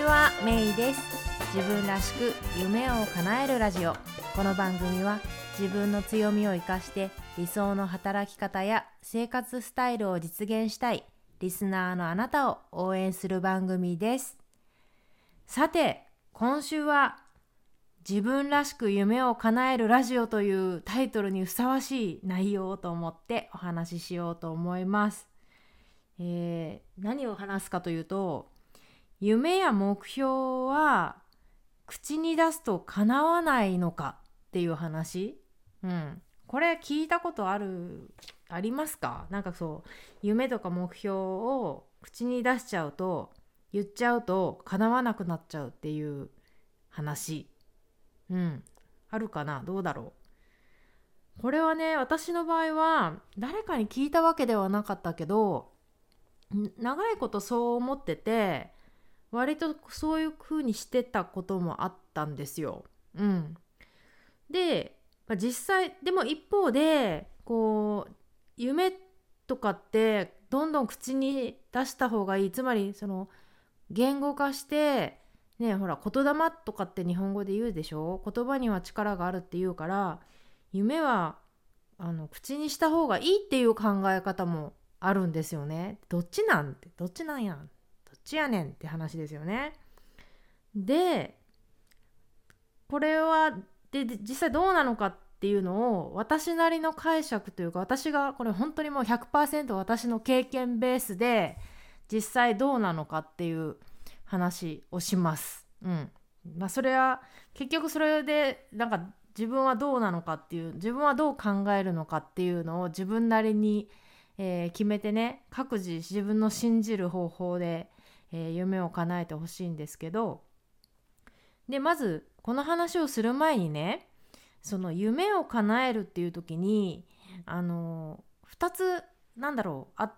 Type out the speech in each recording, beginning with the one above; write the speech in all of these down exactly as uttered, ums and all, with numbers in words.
ちは、メイです。自分らしく夢を叶えるラジオ。この番組は自分の強みを生かして理想の働き方や生活スタイルを実現したいリスナーのあなたを応援する番組です。さて、今週は自分らしく夢を叶えるラジオというタイトルにふさわしい内容と思ってお話ししようと思います。えー、何を話すかというと、夢や目標は口に出すと叶わないのかっていう話。うん。これ聞いたことある、ありますか？なんかそう、夢とか目標を口に出しちゃうと、言っちゃうと叶わなくなっちゃうっていう話。うん。あるかな？どうだろう。これはね、私の場合は誰かに聞いたわけではなかったけど、長いことそう思ってて、割とそういう風にしてたこともあったんですよ。うん。で、まあ、実際でも一方でこう夢とかってどんどん口に出した方がいい。つまりその言語化してね、ほら言霊とかって日本語で言うでしょ。言葉には力があるって言うから、夢はあの口にした方がいいっていう考え方もあるんですよね。どっちなんてどっちなんやんどっちやねんって話ですよね。で、これはで実際どうなのかっていうのを私なりの解釈というか、私がこれ本当にもう ひゃくパーセント 私の経験ベースで実際どうなのかっていう話をします。うん。まあそれは結局それでなんか自分はどうなのかっていう、自分はどう考えるのかっていうのを自分なりに、えー決めてね、各自自分の信じる方法で、えー夢を叶えてほしいんですけど、でまずこの話をする前にね、その夢を叶えるっていう時にあのふたつなんだろうあって、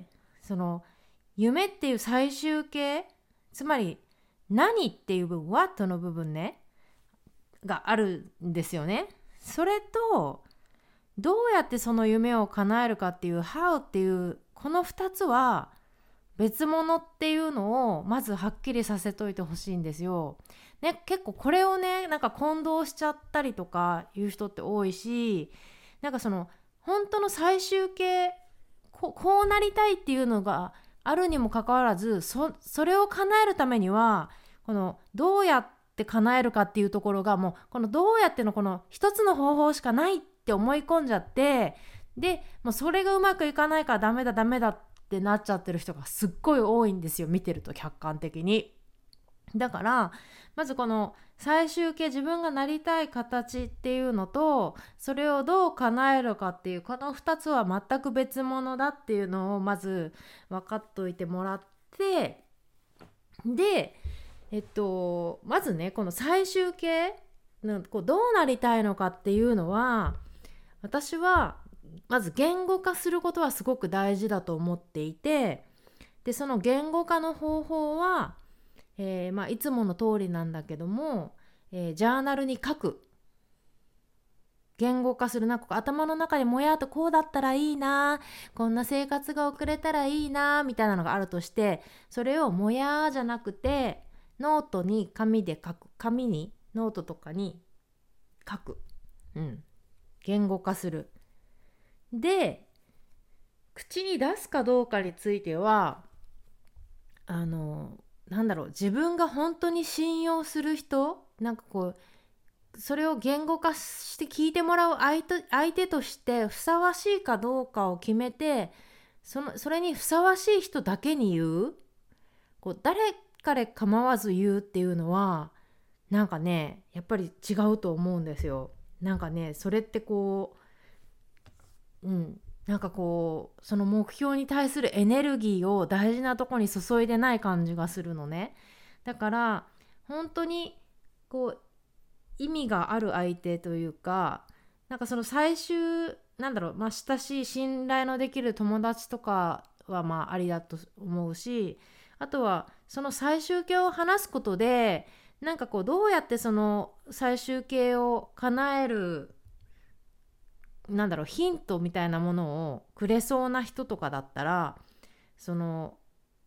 その夢っていう最終形、つまり何っていう部分、 What の部分ねがあるんですよね。それとどうやってその夢を叶えるかっていう How っていう、このふたつは別物っていうのをまずはっきりさせといてほしいんですよ。ね、結構これをね、なんか混同しちゃったりとかいう人って多いし、なんかその本当の最終形、こ、こうなりたいっていうのがあるにもかかわらず、そ、それを叶えるためには、このどうやって叶えるかっていうところがもう、このどうやってのこの一つの方法しかないって思い込んじゃって、で、もうそれがうまくいかないからダメだダメだってなっちゃってる人がすっごい多いんですよ、見てると客観的に。だからまずこの最終形、自分がなりたい形っていうのと、それをどう叶えるかっていう、このふたつは全く別物だっていうのをまず分かっといてもらって、でえっとまずね、この最終形のこうどうなりたいのかっていうのは、私はまず言語化することはすごく大事だと思っていて、でその言語化の方法は、えーまあ、いつもの通りなんだけども、えージャーナルに書く、言語化する。なんか頭の中でもやっとこうだったらいいな、こんな生活が送れたらいいなみたいなのがあるとして、それをもやじゃなくてノートに紙で書く、紙にノートとかに書く、うん、言語化する。で口に出すかどうかについては、あのなんだろう、自分が本当に信用する人、なんかこうそれを言語化して聞いてもらう相手、相手としてふさわしいかどうかを決めて、そのそれにふさわしい人だけに言う、こう誰彼構わず言うっていうのはなんかね、やっぱり違うと思うんですよ。なんかね、それってこう、うん、なんかこうその目標に対するエネルギーを大事なとこに注いでない感じがするのね。だから本当にこう意味がある相手というか、なんかその最終なんだろう、まあ親しい信頼のできる友達とかはまあありだと思うし、あとはその最終形を話すことで、なんかこうどうやってその最終形を叶える、なんだろう、ヒントみたいなものをくれそうな人とかだったら、その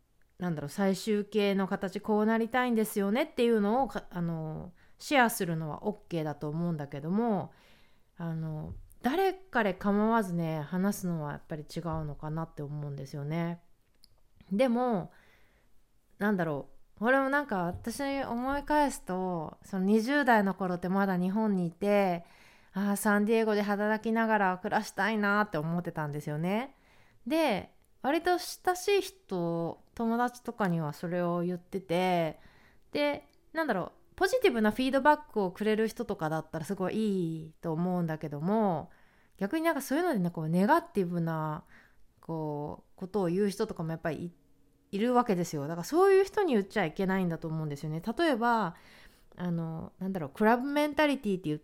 なんだろう最終形の形こうなりたいんですよねっていうのをかあのシェアするのは OK だと思うんだけども、あの誰彼構わずね話すのはやっぱり違うのかなって思うんですよね。でもなんだろう俺もなんか私思い返すとそのにじゅう代の頃ってまだ日本にいて、あーサンディエゴで働きながら暮らしたいなって思ってたんですよね。で割と親しい人友達とかにはそれを言ってて、でなんだろうポジティブなフィードバックをくれる人とかだったらすごいいいと思うんだけども、逆になんかそういうのでねこうネガティブなこうことを言う人とかもやっぱり い, いるわけですよ。だからそういう人に言っちゃいけないんだと思うんですよね。例えばあのなんだろうクラブメンタリティって言って、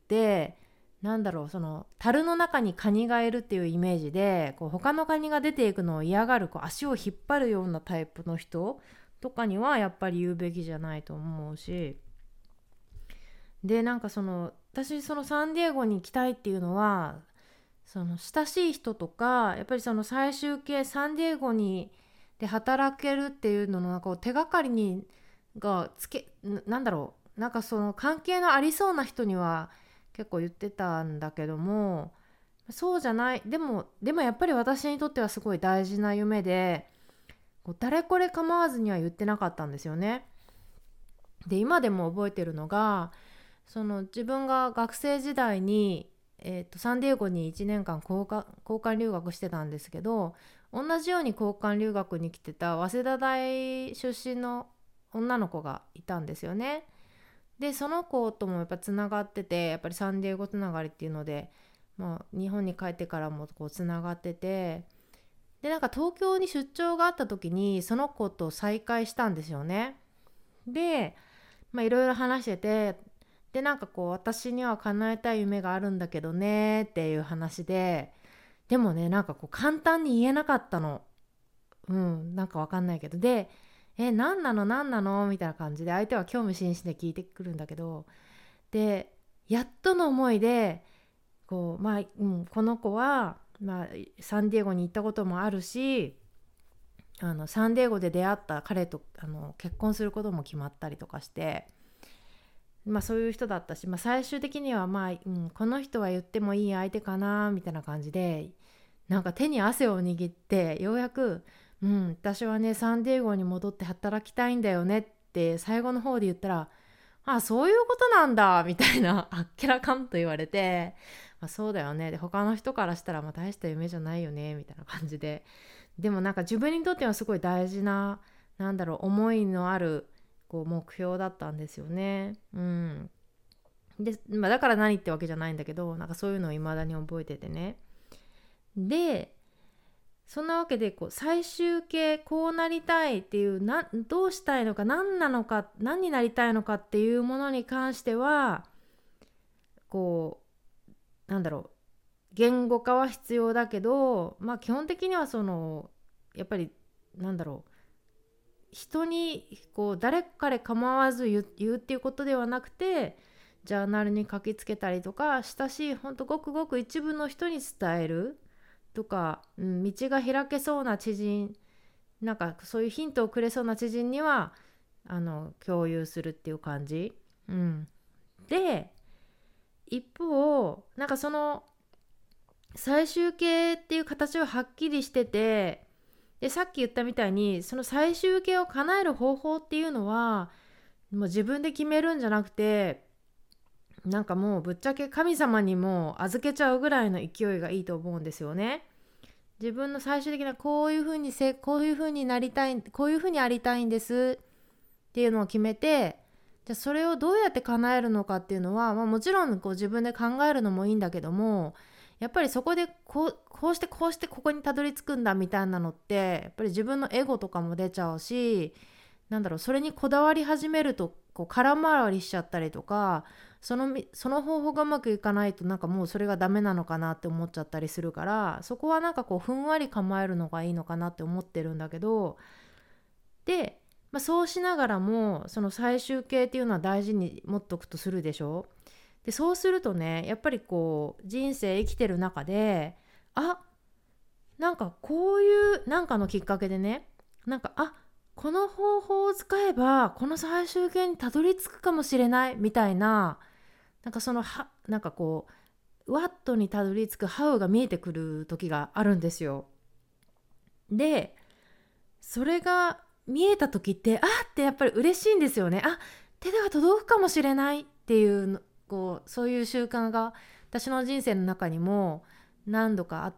なんだろうその樽の中にカニがいるっていうイメージでこう他のカニが出ていくのを嫌がるこう足を引っ張るようなタイプの人とかにはやっぱり言うべきじゃないと思うし、でなんかその私そのサンディエゴに行きたいっていうのはその親しい人とかやっぱりその最終形サンディエゴにで働けるっていうののなんかこう手がかりにがつけなんだろうなんかその関係のありそうな人には結構言ってたんだけども、そうじゃないでもでもやっぱり私にとってはすごい大事な夢で、こう誰これ構わずには言ってなかったんですよね。で今でも覚えてるのがその自分が学生時代に、えー、とサンディエゴにいちねんかん交換、交換留学してたんですけど、同じように交換留学に来てた早稲田大出身の女の子がいたんですよね。でその子ともやっぱつながってて、やっぱりサンディエゴつながりっていうので、まあ、日本に帰ってからもこうつながってて、でなんか東京に出張があった時にその子と再会したんですよね。でまあいろいろ話してて、でなんかこう私には叶えたい夢があるんだけどねっていう話で、でもねなんかこう簡単に言えなかったの。うんなんかわかんないけど、でえ何なの何なのみたいな感じで相手は興味津々で聞いてくるんだけど、でやっとの思いでこう、まあうん、この子は、まあ、サンディエゴに行ったこともあるし、あのサンディエゴで出会った彼とあの結婚することも決まったりとかして、まあ、そういう人だったし、まあ、最終的には、まあうん、この人は言ってもいい相手かなみたいな感じで、なんか手に汗を握ってようやく、うん、私はねサンディエゴに戻って働きたいんだよねって最後の方で言ったら、あそういうことなんだみたいなあっけらかんと言われて、まあ、そうだよねで他の人からしたらまあ大した夢じゃないよねみたいな感じで、でもなんか自分にとってはすごい大事ななんだろう思いのあるこう目標だったんですよね。うんで、まあ、だから何ってわけじゃないんだけど、なんかそういうのを未だに覚えててね。でそんなわけでこう最終形こうなりたいっていうなどうしたいのか何なのか何になりたいのかっていうものに関してはこうなんだろう言語化は必要だけど、まあ基本的にはそのやっぱりなんだろう人にこう誰彼構わず言う、言うっていうことではなくて、ジャーナルに書きつけたりとか親しいほんとごくごく一部の人に伝えるとか、うん、道が開けそうな知人なんかそういうヒントをくれそうな知人にはあの共有するっていう感じ、うん、で一方なんかその最終形っていう形ははっきりしてて、でさっき言ったみたいにその最終形を叶える方法っていうのはもう自分で決めるんじゃなくて、なんかもうぶっちゃけ神様にも預けちゃうぐらいの勢いがいいと思うんですよね。自分の最終的なこういう風にせこういう風になりたいこういう風にありたいんですっていうのを決めて、じゃあそれをどうやって叶えるのかっていうのは、まあ、もちろんこう自分で考えるのもいいんだけども、やっぱりそこでこう、こうしてこうしてここにたどり着くんだみたいなのってやっぱり自分のエゴとかも出ちゃうし、なんだろうそれにこだわり始めるとこう空回りしちゃったりとか、そのその方法がうまくいかないとなんかもうそれがダメなのかなって思っちゃったりするから、そこはなんかこうふんわり構えるのがいいのかなって思ってるんだけど、で、まあ、そうしながらもその最終形っていうのは大事に持っとくとするでしょ。でそうするとねやっぱりこう人生生きてる中で、あなんかこういうなんかのきっかけでね、なんかあこの方法を使えばこの最終形にたどり着くかもしれないみたいな、なんかそのはなんかこうワットにたどり着くハウが見えてくる時があるんですよ。でそれが見えた時ってあってやっぱり嬉しいんですよね。あ、手が届くかもしれないっていうの、こうそういう習慣が私の人生の中にも何度かあって、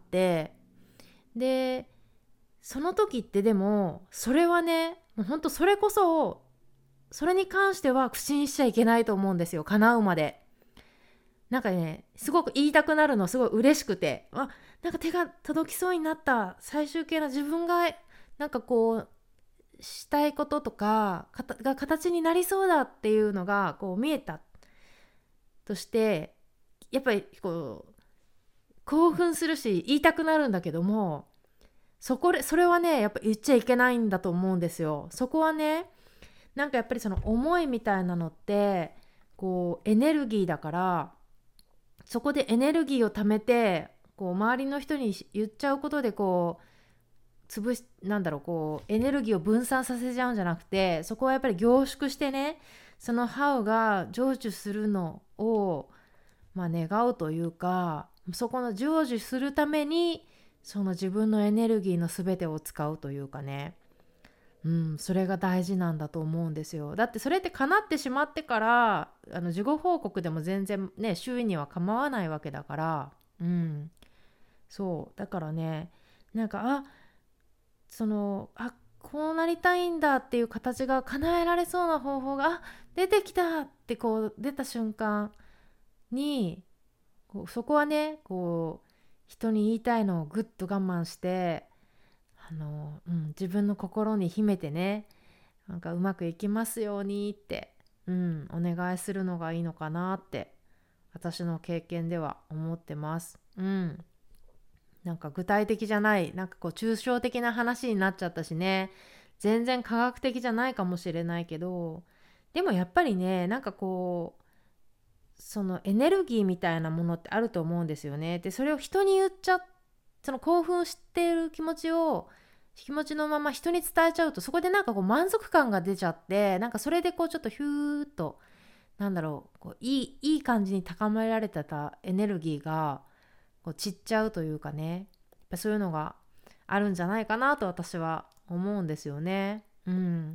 でその時ってでもそれはね、もうほんとそれこそそれに関しては口にしちゃいけないと思うんですよ、叶うまで。なんかね、すごく言いたくなるのすごい嬉しくて、あ、なんか手が届きそうになった、最終形の自分がなんかこうしたいこととかが形になりそうだっていうのがこう見えたとして、やっぱりこう興奮するし言いたくなるんだけども、そこでそれはねやっぱ言っちゃいけないんだと思うんですよ。そこはね、なんかやっぱりその思いみたいなのってこうエネルギーだから、そこでエネルギーを貯めてこう周りの人に言っちゃうことでこう潰しなんだろうこうエネルギーを分散させちゃうんじゃなくて、そこはやっぱり凝縮してね、そのハウが成就するのをまあ願うというか、そこの成就するためにその自分のエネルギーの全てを使うというかね、うん、それが大事なんだと思うんですよ。だってそれって叶ってしまってからあの事後報告でも全然ね周囲には構わないわけだから、うん、そうだからね、なんかあそのあこうなりたいんだっていう形が叶えられそうな方法があ出てきたってこう出た瞬間に、こうそこはねこう人に言いたいのをぐっと我慢してあの、うん、自分の心に秘めてね、なんかうまくいきますようにって、うん、お願いするのがいいのかなって私の経験では思ってます。うん、なんか具体的じゃない、なんかこう抽象的な話になっちゃったしね、全然科学的じゃないかもしれないけど、でもやっぱりね、なんかこうそのエネルギーみたいなものってあると思うんですよね。でそれを人に言っちゃ、その興奮している気持ちを気持ちのまま人に伝えちゃうと、そこでなんかこう満足感が出ちゃって、なんかそれでこうちょっとヒューッとなんだろう、こういいいい感じに高められてたエネルギーがこう散っちゃうというかね、やっぱそういうのがあるんじゃないかなと私は思うんですよね。うん。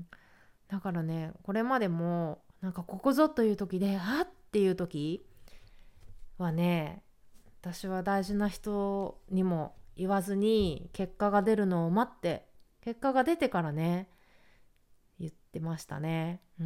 だからね、これまでもなんかここぞという時であっていう時はね、私は大事な人にも言わずに結果が出るのを待って、結果が出てからね言ってましたね。うん。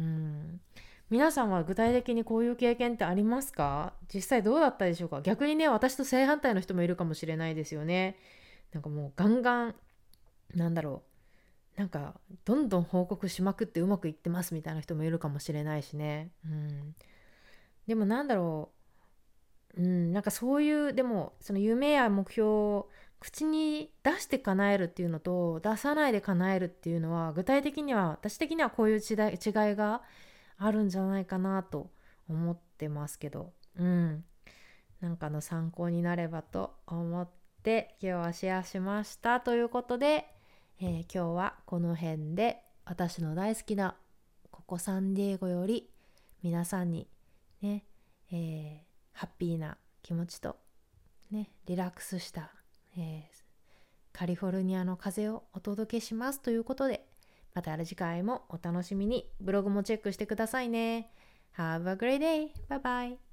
皆さんは具体的にこういう経験ってありますか？実際どうだったでしょうか？逆にね、私と正反対の人もいるかもしれないですよね。なんかもうガンガンなんだろう、なんかどんどん報告しまくってうまくいってますみたいな人もいるかもしれないしね。うん。でもなんだろう、うん、なんかそういうでもその夢や目標を口に出して叶えるっていうのと出さないで叶えるっていうのは、具体的には私的にはこういう違い、違いがあるんじゃないかなと思ってますけど、うん、なんかの参考になればと思って今日はシェアしましたということで、えー今日はこの辺で私の大好きなここサンディエゴより皆さんにね、えーハッピーな気持ちとねリラックスした、えーカリフォルニアの風をお届けしますということで、また次回もお楽しみに。ブログもチェックしてくださいね。Have a great day. Bye bye.